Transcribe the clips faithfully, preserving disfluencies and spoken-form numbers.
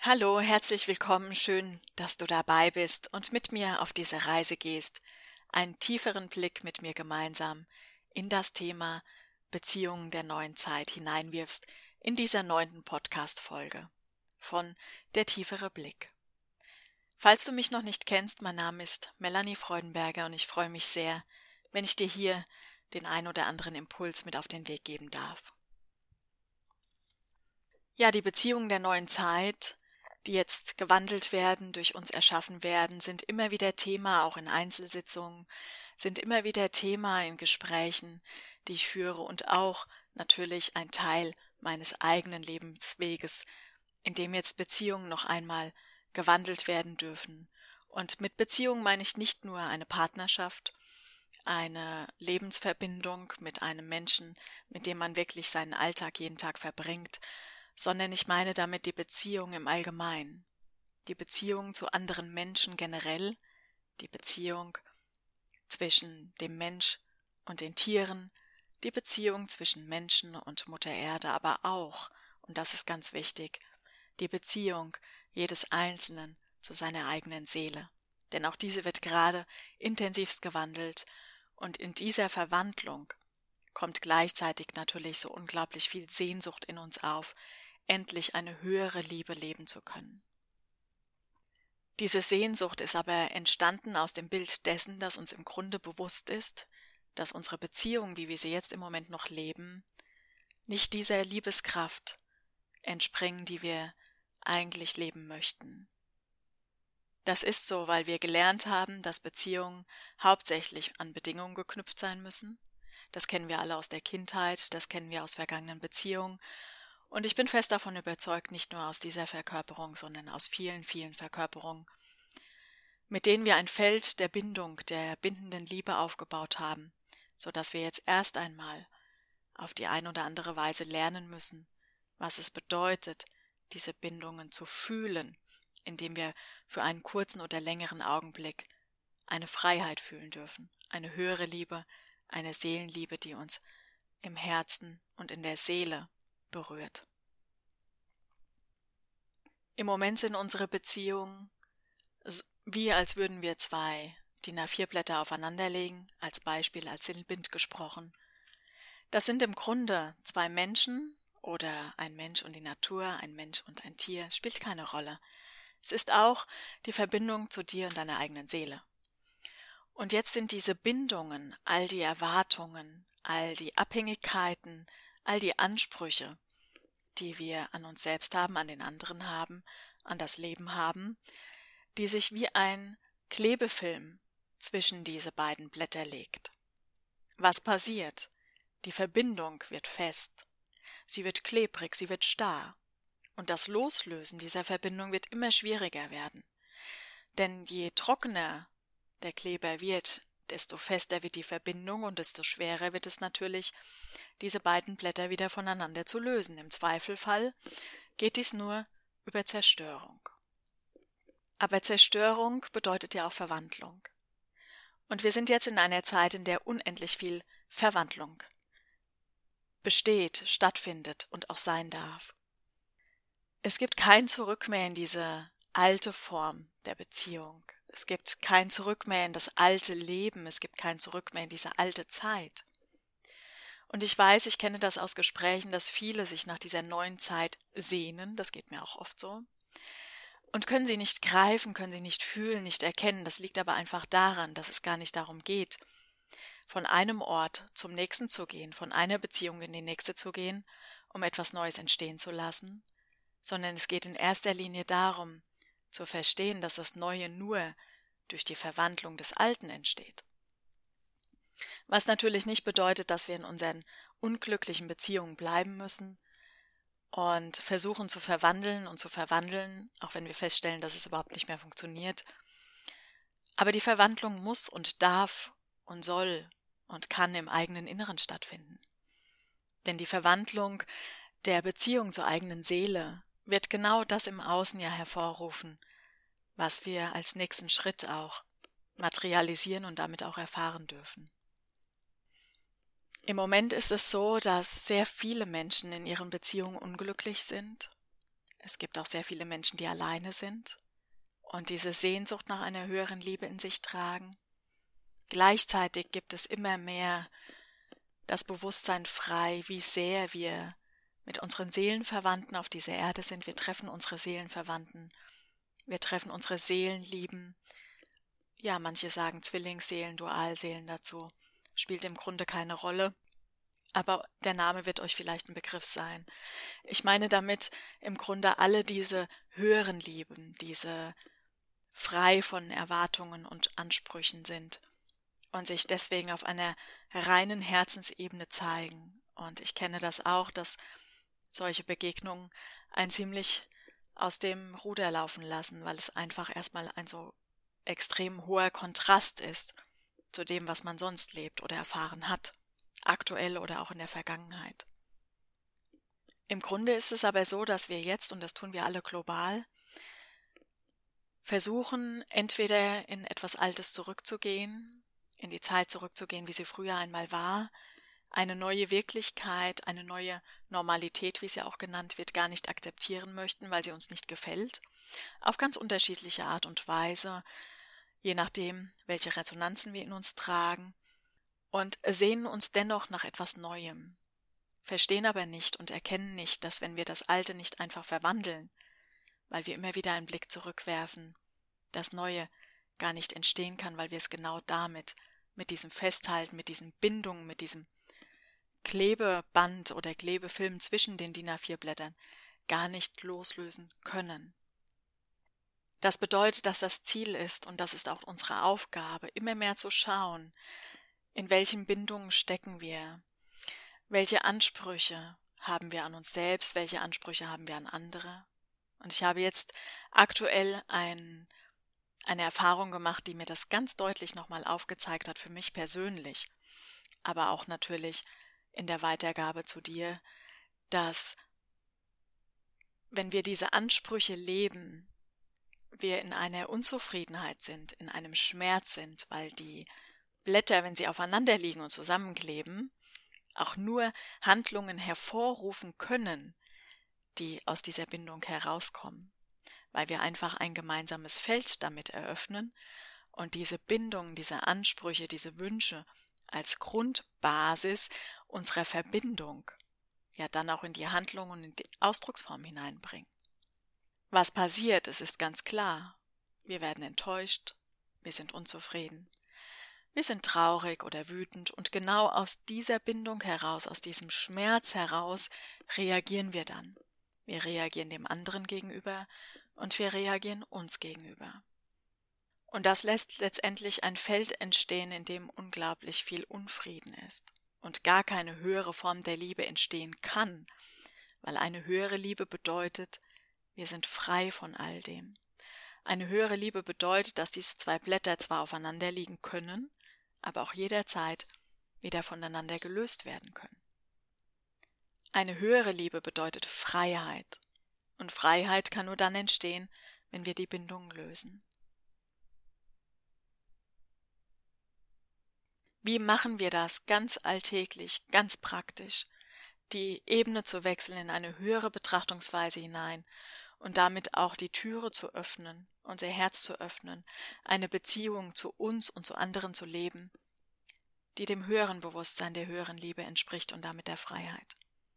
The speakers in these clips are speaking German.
Hallo, herzlich willkommen, schön, dass du dabei bist und mit mir auf diese Reise gehst, einen tieferen Blick mit mir gemeinsam in das Thema Beziehungen der neuen Zeit hineinwirfst in dieser neunten Podcast-Folge von Der tiefere Blick. Falls du mich noch nicht kennst, mein Name ist Melanie Freudenberger und ich freue mich sehr, wenn ich dir hier den ein oder anderen Impuls mit auf den Weg geben darf. Ja, die Beziehungen der neuen Zeit, die jetzt gewandelt werden, durch uns erschaffen werden, sind immer wieder Thema, auch in Einzelsitzungen, sind immer wieder Thema in Gesprächen, die ich führe und auch natürlich ein Teil meines eigenen Lebensweges, in dem jetzt Beziehungen noch einmal gewandelt werden dürfen. Und mit Beziehung meine ich nicht nur eine Partnerschaft, eine Lebensverbindung mit einem Menschen, mit dem man wirklich seinen Alltag jeden Tag verbringt, sondern ich meine damit die Beziehung im Allgemeinen, die Beziehung zu anderen Menschen generell, die Beziehung zwischen dem Mensch und den Tieren, die Beziehung zwischen Menschen und Mutter Erde, aber auch, und das ist ganz wichtig, die Beziehung jedes Einzelnen zu seiner eigenen Seele. Denn auch diese wird gerade intensivst gewandelt und in dieser Verwandlung kommt gleichzeitig natürlich so unglaublich viel Sehnsucht in uns auf, endlich eine höhere Liebe leben zu können. Diese Sehnsucht ist aber entstanden aus dem Bild dessen, dass uns im Grunde bewusst ist, dass unsere Beziehungen, wie wir sie jetzt im Moment noch leben, nicht dieser Liebeskraft entspringen, die wir eigentlich leben möchten. Das ist so, weil wir gelernt haben, dass Beziehungen hauptsächlich an Bedingungen geknüpft sein müssen. Das kennen wir alle aus der Kindheit, das kennen wir aus vergangenen Beziehungen. Und ich bin fest davon überzeugt, nicht nur aus dieser Verkörperung, sondern aus vielen, vielen Verkörperungen, mit denen wir ein Feld der Bindung, der bindenden Liebe aufgebaut haben, sodass wir jetzt erst einmal auf die eine oder andere Weise lernen müssen, was es bedeutet, diese Bindungen zu fühlen, indem wir für einen kurzen oder längeren Augenblick eine Freiheit fühlen dürfen, eine höhere Liebe, eine Seelenliebe, die uns im Herzen und in der Seele berührt. Im Moment sind unsere Beziehungen wie als würden wir zwei D I N A vier Blätter aufeinanderlegen, als Beispiel, als Sinnbild gesprochen. Das sind im Grunde zwei Menschen oder ein Mensch und die Natur, ein Mensch und ein Tier, spielt keine Rolle. Es ist auch die Verbindung zu dir und deiner eigenen Seele. Und jetzt sind diese Bindungen, all die Erwartungen, all die Abhängigkeiten, all die Ansprüche, die wir an uns selbst haben, an den anderen haben, an das Leben haben, die sich wie ein Klebefilm zwischen diese beiden Blätter legt. Was passiert? Die Verbindung wird fest, sie wird klebrig, sie wird starr. Und das Loslösen dieser Verbindung wird immer schwieriger werden. Denn je trockener der Kleber wird, desto fester wird die Verbindung und desto schwerer wird es natürlich, diese beiden Blätter wieder voneinander zu lösen. Im Zweifelfall geht dies nur über Zerstörung. Aber Zerstörung bedeutet ja auch Verwandlung. Und wir sind jetzt in einer Zeit, in der unendlich viel Verwandlung besteht, stattfindet und auch sein darf. Es gibt kein Zurück mehr in diese alte Form der Beziehung. Es gibt kein Zurück mehr in das alte Leben. Es gibt kein Zurück mehr in diese alte Zeit. Und ich weiß, ich kenne das aus Gesprächen, dass viele sich nach dieser neuen Zeit sehnen. Das geht mir auch oft so. Und können sie nicht greifen, können sie nicht fühlen, nicht erkennen. Das liegt aber einfach daran, dass es gar nicht darum geht, von einem Ort zum nächsten zu gehen, von einer Beziehung in die nächste zu gehen, um etwas Neues entstehen zu lassen, sondern es geht in erster Linie darum, zu verstehen, dass das Neue nur durch die Verwandlung des Alten entsteht. Was natürlich nicht bedeutet, dass wir in unseren unglücklichen Beziehungen bleiben müssen und versuchen zu verwandeln und zu verwandeln, auch wenn wir feststellen, dass es überhaupt nicht mehr funktioniert. Aber die Verwandlung muss und darf und soll und kann im eigenen Inneren stattfinden. Denn die Verwandlung der Beziehung zur eigenen Seele wird genau das im Außen ja hervorrufen, was wir als nächsten Schritt auch materialisieren und damit auch erfahren dürfen. Im Moment ist es so, dass sehr viele Menschen in ihren Beziehungen unglücklich sind. Es gibt auch sehr viele Menschen, die alleine sind und diese Sehnsucht nach einer höheren Liebe in sich tragen. Gleichzeitig gibt es immer mehr das Bewusstsein frei, wie sehr wir mit unseren Seelenverwandten auf dieser Erde sind. Wir treffen unsere Seelenverwandten, wir treffen unsere Seelenlieben. Ja, manche sagen Zwillingsseelen, Dualseelen dazu. Spielt im Grunde keine Rolle, aber der Name wird euch vielleicht ein Begriff sein. Ich meine damit im Grunde alle diese höheren Lieben, diese frei von Erwartungen und Ansprüchen sind und sich deswegen auf einer reinen Herzensebene zeigen. Und ich kenne das auch, dass solche Begegnungen ein ziemlich aus dem Ruder laufen lassen, weil es einfach erstmal ein so extrem hoher Kontrast ist zu dem, was man sonst lebt oder erfahren hat, aktuell oder auch in der Vergangenheit. Im Grunde ist es aber so, dass wir jetzt, und das tun wir alle global, versuchen, entweder in etwas Altes zurückzugehen, in die Zeit zurückzugehen, wie sie früher einmal war, eine neue Wirklichkeit, eine neue Normalität, wie sie auch genannt wird, gar nicht akzeptieren möchten, weil sie uns nicht gefällt, auf ganz unterschiedliche Art und Weise, je nachdem, welche Resonanzen wir in uns tragen, und sehnen uns dennoch nach etwas Neuem, verstehen aber nicht und erkennen nicht, dass wenn wir das Alte nicht einfach verwandeln, weil wir immer wieder einen Blick zurückwerfen, das Neue gar nicht entstehen kann, weil wir es genau damit, mit diesem Festhalten, mit diesen Bindungen, mit diesem Klebeband oder Klebefilm zwischen den D I N A vier Blättern gar nicht loslösen können. Das bedeutet, dass das Ziel ist, und das ist auch unsere Aufgabe, immer mehr zu schauen, in welchen Bindungen stecken wir, welche Ansprüche haben wir an uns selbst, welche Ansprüche haben wir an andere. Und ich habe jetzt aktuell ein, eine Erfahrung gemacht, die mir das ganz deutlich nochmal aufgezeigt hat, für mich persönlich, aber auch natürlich in der Weitergabe zu dir, dass wenn wir diese Ansprüche leben, wir in einer Unzufriedenheit sind, in einem Schmerz sind, weil die Blätter, wenn sie aufeinander liegen und zusammenkleben, auch nur Handlungen hervorrufen können, die aus dieser Bindung herauskommen, weil wir einfach ein gemeinsames Feld damit eröffnen und diese Bindung, diese Ansprüche, diese Wünsche als Grundbasis unserer Verbindung ja dann auch in die Handlung und in die Ausdrucksform hineinbringen. Was passiert, es ist ganz klar, wir werden enttäuscht, wir sind unzufrieden, wir sind traurig oder wütend und genau aus dieser Bindung heraus, aus diesem Schmerz heraus reagieren wir dann. Wir reagieren dem anderen gegenüber und wir reagieren uns gegenüber. Und das lässt letztendlich ein Feld entstehen, in dem unglaublich viel Unfrieden ist und gar keine höhere Form der Liebe entstehen kann, weil eine höhere Liebe bedeutet, wir sind frei von all dem. Eine höhere Liebe bedeutet, dass diese zwei Blätter zwar aufeinander liegen können, aber auch jederzeit wieder voneinander gelöst werden können. Eine höhere Liebe bedeutet Freiheit. Und Freiheit kann nur dann entstehen, wenn wir die Bindung lösen. Wie machen wir das ganz alltäglich, ganz praktisch? Die Ebene zu wechseln in eine höhere Betrachtungsweise hinein und damit auch die Türe zu öffnen, unser Herz zu öffnen, eine Beziehung zu uns und zu anderen zu leben, die dem höheren Bewusstsein, der höheren Liebe entspricht und damit der Freiheit.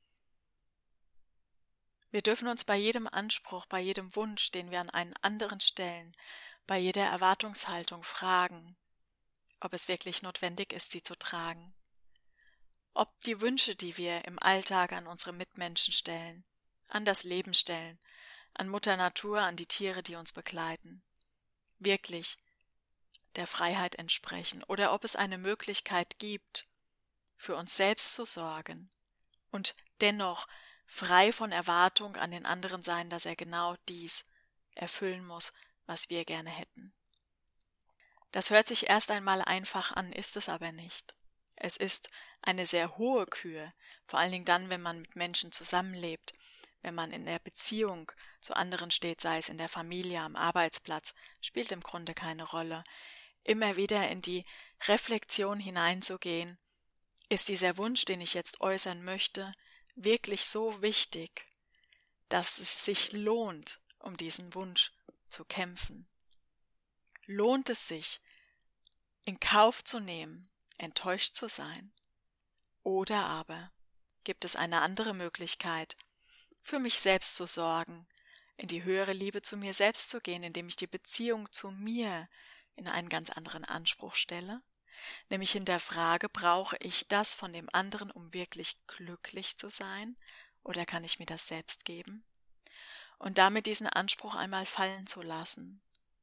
Wir dürfen uns bei jedem Anspruch, bei jedem Wunsch, den wir an einen anderen stellen, bei jeder Erwartungshaltung fragen, ob es wirklich notwendig ist, sie zu tragen. Ob die Wünsche, die wir im Alltag an unsere Mitmenschen stellen, an das Leben stellen, an Mutter Natur, an die Tiere, die uns begleiten, wirklich der Freiheit entsprechen oder ob es eine Möglichkeit gibt, für uns selbst zu sorgen und dennoch frei von Erwartung an den anderen sein, dass er genau dies erfüllen muss, was wir gerne hätten. Das hört sich erst einmal einfach an, ist es aber nicht. Es ist eine sehr hohe Kür, vor allen Dingen dann, wenn man mit Menschen zusammenlebt, wenn man in der Beziehung zu anderen steht, sei es in der Familie, am Arbeitsplatz, spielt im Grunde keine Rolle. Immer wieder in die Reflexion hineinzugehen, ist dieser Wunsch, den ich jetzt äußern möchte, wirklich so wichtig, dass es sich lohnt, um diesen Wunsch zu kämpfen. Lohnt es sich, in Kauf zu nehmen, enttäuscht zu sein? Oder aber gibt es eine andere Möglichkeit, für mich selbst zu sorgen, in die höhere Liebe zu mir selbst zu gehen, indem ich die Beziehung zu mir in einen ganz anderen Anspruch stelle, nämlich hinterfrage, brauche ich das von dem anderen, um wirklich glücklich zu sein, oder kann ich mir das selbst geben? Und damit diesen Anspruch einmal fallen zu lassen.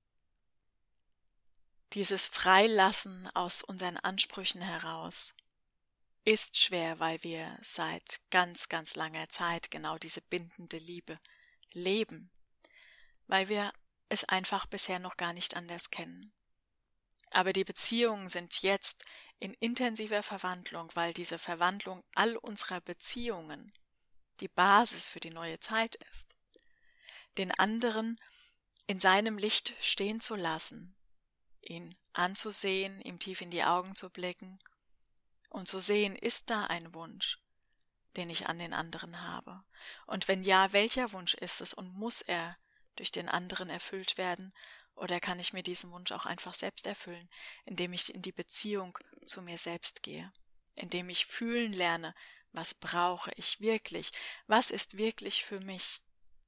Dieses Freilassen aus unseren Ansprüchen heraus ist schwer, weil wir seit ganz, ganz langer Zeit genau diese bindende Liebe leben, weil wir es einfach bisher noch gar nicht anders kennen. Aber die Beziehungen sind jetzt in intensiver Verwandlung, weil diese Verwandlung all unserer Beziehungen die Basis für die neue Zeit ist. Den anderen in seinem Licht stehen zu lassen, ihn anzusehen, ihm tief in die Augen zu blicken und zu sehen, ist da ein Wunsch, den ich an den anderen habe? Und wenn ja, welcher Wunsch ist es und muss er durch den anderen erfüllt werden? Oder kann ich mir diesen Wunsch auch einfach selbst erfüllen, indem ich in die Beziehung zu mir selbst gehe, indem ich fühlen lerne, was brauche ich wirklich, was ist wirklich für mich?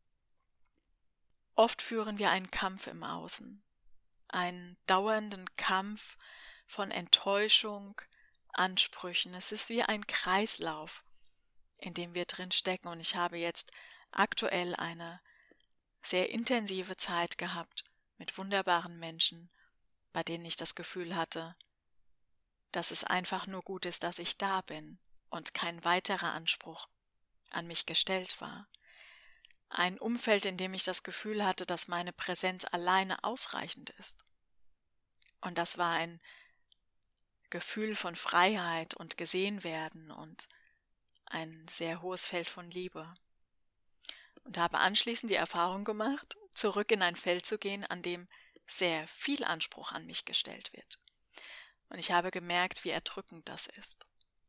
Oft führen wir einen Kampf im Außen, einen dauernden Kampf von Enttäuschung, Ansprüchen. Es ist wie ein Kreislauf, in dem wir drin stecken. Und ich habe jetzt aktuell eine sehr intensive Zeit gehabt mit wunderbaren Menschen, bei denen ich das Gefühl hatte, dass es einfach nur gut ist, dass ich da bin und kein weiterer Anspruch an mich gestellt war. Ein Umfeld, in dem ich das Gefühl hatte, dass meine Präsenz alleine ausreichend ist. Und das war ein Gefühl von Freiheit und gesehen werden und ein sehr hohes Feld von Liebe. Und habe anschließend die Erfahrung gemacht, zurück in ein Feld zu gehen, an dem sehr viel Anspruch an mich gestellt wird. Und ich habe gemerkt, wie erdrückend das ist.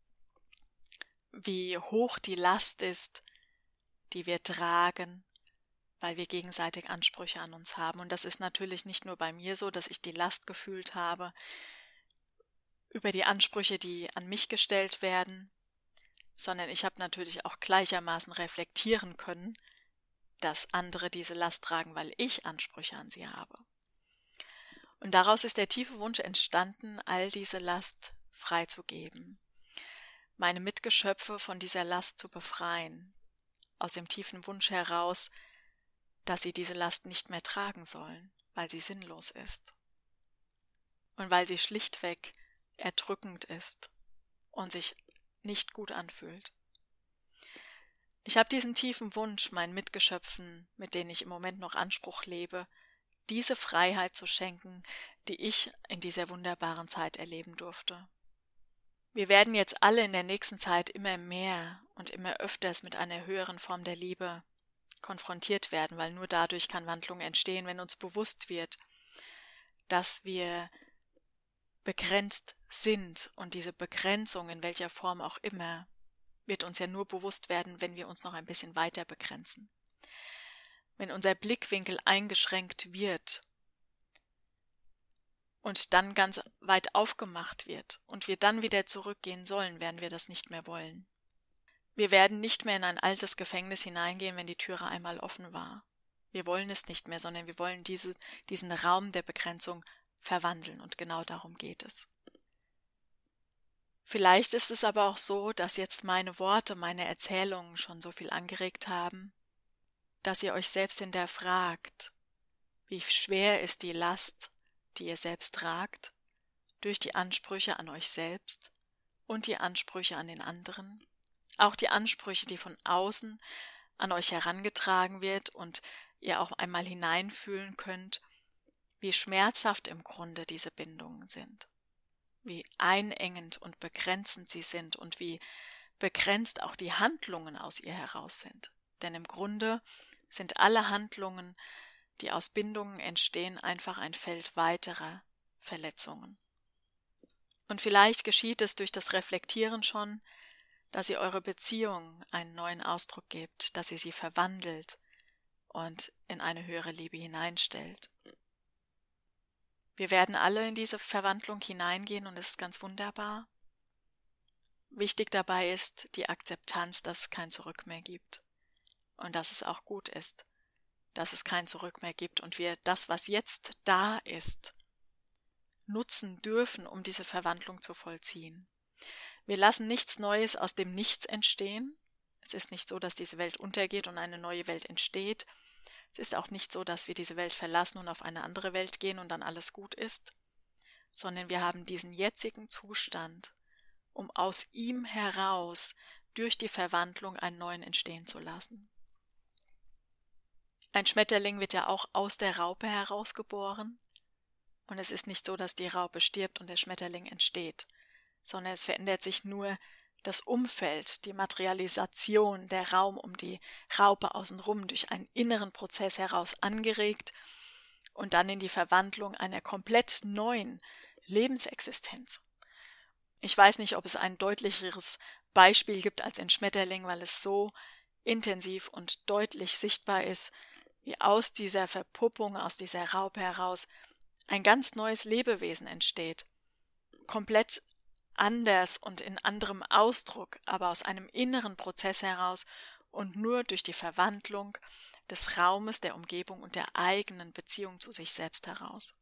Wie hoch die Last ist, die wir tragen, weil wir gegenseitig Ansprüche an uns haben. Und das ist natürlich nicht nur bei mir so, dass ich die Last gefühlt habe über die Ansprüche, die an mich gestellt werden, sondern ich habe natürlich auch gleichermaßen reflektieren können, dass andere diese Last tragen, weil ich Ansprüche an sie habe. Und daraus ist der tiefe Wunsch entstanden, all diese Last freizugeben, meine Mitgeschöpfe von dieser Last zu befreien, aus dem tiefen Wunsch heraus, dass sie diese Last nicht mehr tragen sollen, weil sie sinnlos ist und weil sie schlichtweg erdrückend ist und sich nicht gut anfühlt. Ich habe diesen tiefen Wunsch, meinen Mitgeschöpfen, mit denen ich im Moment noch Anspruch lebe, diese Freiheit zu schenken, die ich in dieser wunderbaren Zeit erleben durfte. Wir werden jetzt alle in der nächsten Zeit immer mehr und immer öfters mit einer höheren Form der Liebe konfrontiert werden, weil nur dadurch kann Wandlung entstehen, wenn uns bewusst wird, dass wir begrenzt sind und diese Begrenzung in welcher Form auch immer wird uns ja nur bewusst werden, wenn wir uns noch ein bisschen weiter begrenzen. Wenn unser Blickwinkel eingeschränkt wird und dann ganz weit aufgemacht wird und wir dann wieder zurückgehen sollen, werden wir das nicht mehr wollen. Wir werden nicht mehr in ein altes Gefängnis hineingehen, wenn die Türe einmal offen war. Wir wollen es nicht mehr, sondern wir wollen diese, diesen Raum der Begrenzung verwandeln und genau darum geht es. Vielleicht ist es aber auch so, dass jetzt meine Worte, meine Erzählungen schon so viel angeregt haben, dass ihr euch selbst hinterfragt, wie schwer ist die Last, die ihr selbst tragt, durch die Ansprüche an euch selbst und die Ansprüche an den anderen, auch die Ansprüche, die von außen an euch herangetragen wird und ihr auch einmal hineinfühlen könnt, wie schmerzhaft im Grunde diese Bindungen sind, wie einengend und begrenzend sie sind und wie begrenzt auch die Handlungen aus ihr heraus sind. Denn im Grunde sind alle Handlungen, die aus Bindungen entstehen, einfach ein Feld weiterer Verletzungen. Und vielleicht geschieht es durch das Reflektieren schon, dass ihr eure Beziehung einen neuen Ausdruck gebt, dass ihr sie verwandelt und in eine höhere Liebe hineinstellt. Wir werden alle in diese Verwandlung hineingehen und es ist ganz wunderbar. Wichtig dabei ist die Akzeptanz, dass es kein Zurück mehr gibt und dass es auch gut ist, dass es kein Zurück mehr gibt und wir das, was jetzt da ist, nutzen dürfen, um diese Verwandlung zu vollziehen. Wir lassen nichts Neues aus dem Nichts entstehen. Es ist nicht so, dass diese Welt untergeht und eine neue Welt entsteht. Es ist auch nicht so, dass wir diese Welt verlassen und auf eine andere Welt gehen und dann alles gut ist, sondern wir haben diesen jetzigen Zustand, um aus ihm heraus durch die Verwandlung einen neuen entstehen zu lassen. Ein Schmetterling wird ja auch aus der Raupe herausgeboren und es ist nicht so, dass die Raupe stirbt und der Schmetterling entsteht, sondern es verändert sich nur das Umfeld, die Materialisation, der Raum um die Raupe außenrum durch einen inneren Prozess heraus angeregt und dann in die Verwandlung einer komplett neuen Lebensexistenz. Ich weiß nicht, ob es ein deutlicheres Beispiel gibt als ein Schmetterling, weil es so intensiv und deutlich sichtbar ist, wie aus dieser Verpuppung, aus dieser Raupe heraus ein ganz neues Lebewesen entsteht. Komplett anders und in anderem Ausdruck, aber aus einem inneren Prozess heraus und nur durch die Verwandlung des Raumes, der Umgebung und der eigenen Beziehung zu sich selbst heraus.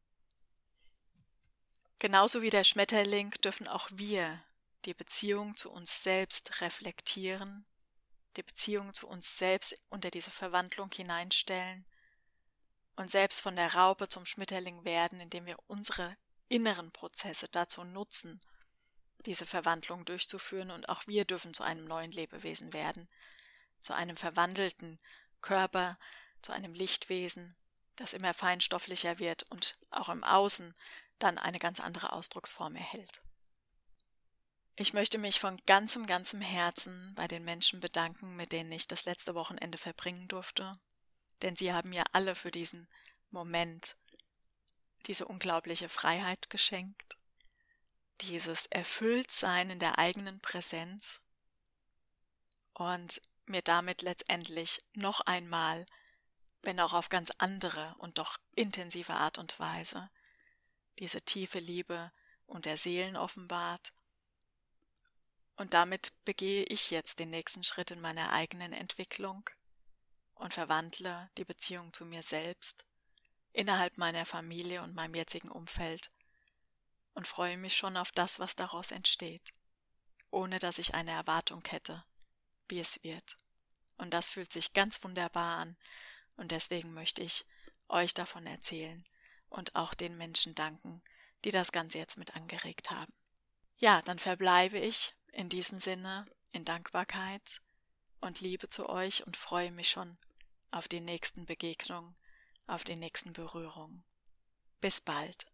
Genauso wie der Schmetterling dürfen auch wir die Beziehung zu uns selbst reflektieren, die Beziehung zu uns selbst unter diese Verwandlung hineinstellen und selbst von der Raupe zum Schmetterling werden, indem wir unsere inneren Prozesse dazu nutzen, diese Verwandlung durchzuführen und auch wir dürfen zu einem neuen Lebewesen werden, zu einem verwandelten Körper, zu einem Lichtwesen, das immer feinstofflicher wird und auch im Außen dann eine ganz andere Ausdrucksform erhält. Ich möchte mich von ganzem, ganzem Herzen bei den Menschen bedanken, mit denen ich das letzte Wochenende verbringen durfte, denn sie haben mir alle für diesen Moment diese unglaubliche Freiheit geschenkt, dieses Erfülltsein in der eigenen Präsenz und mir damit letztendlich noch einmal, wenn auch auf ganz andere und doch intensive Art und Weise, diese tiefe Liebe und der Seelen offenbart. Und damit begehe ich jetzt den nächsten Schritt in meiner eigenen Entwicklung und verwandle die Beziehung zu mir selbst innerhalb meiner Familie und meinem jetzigen Umfeld und freue mich schon auf das, was daraus entsteht, ohne dass ich eine Erwartung hätte, wie es wird. Und das fühlt sich ganz wunderbar an und deswegen möchte ich euch davon erzählen und auch den Menschen danken, die das Ganze jetzt mit angeregt haben. Ja, dann verbleibe ich in diesem Sinne in Dankbarkeit und Liebe zu euch und freue mich schon auf die nächsten Begegnungen, auf die nächsten Berührungen. Bis bald.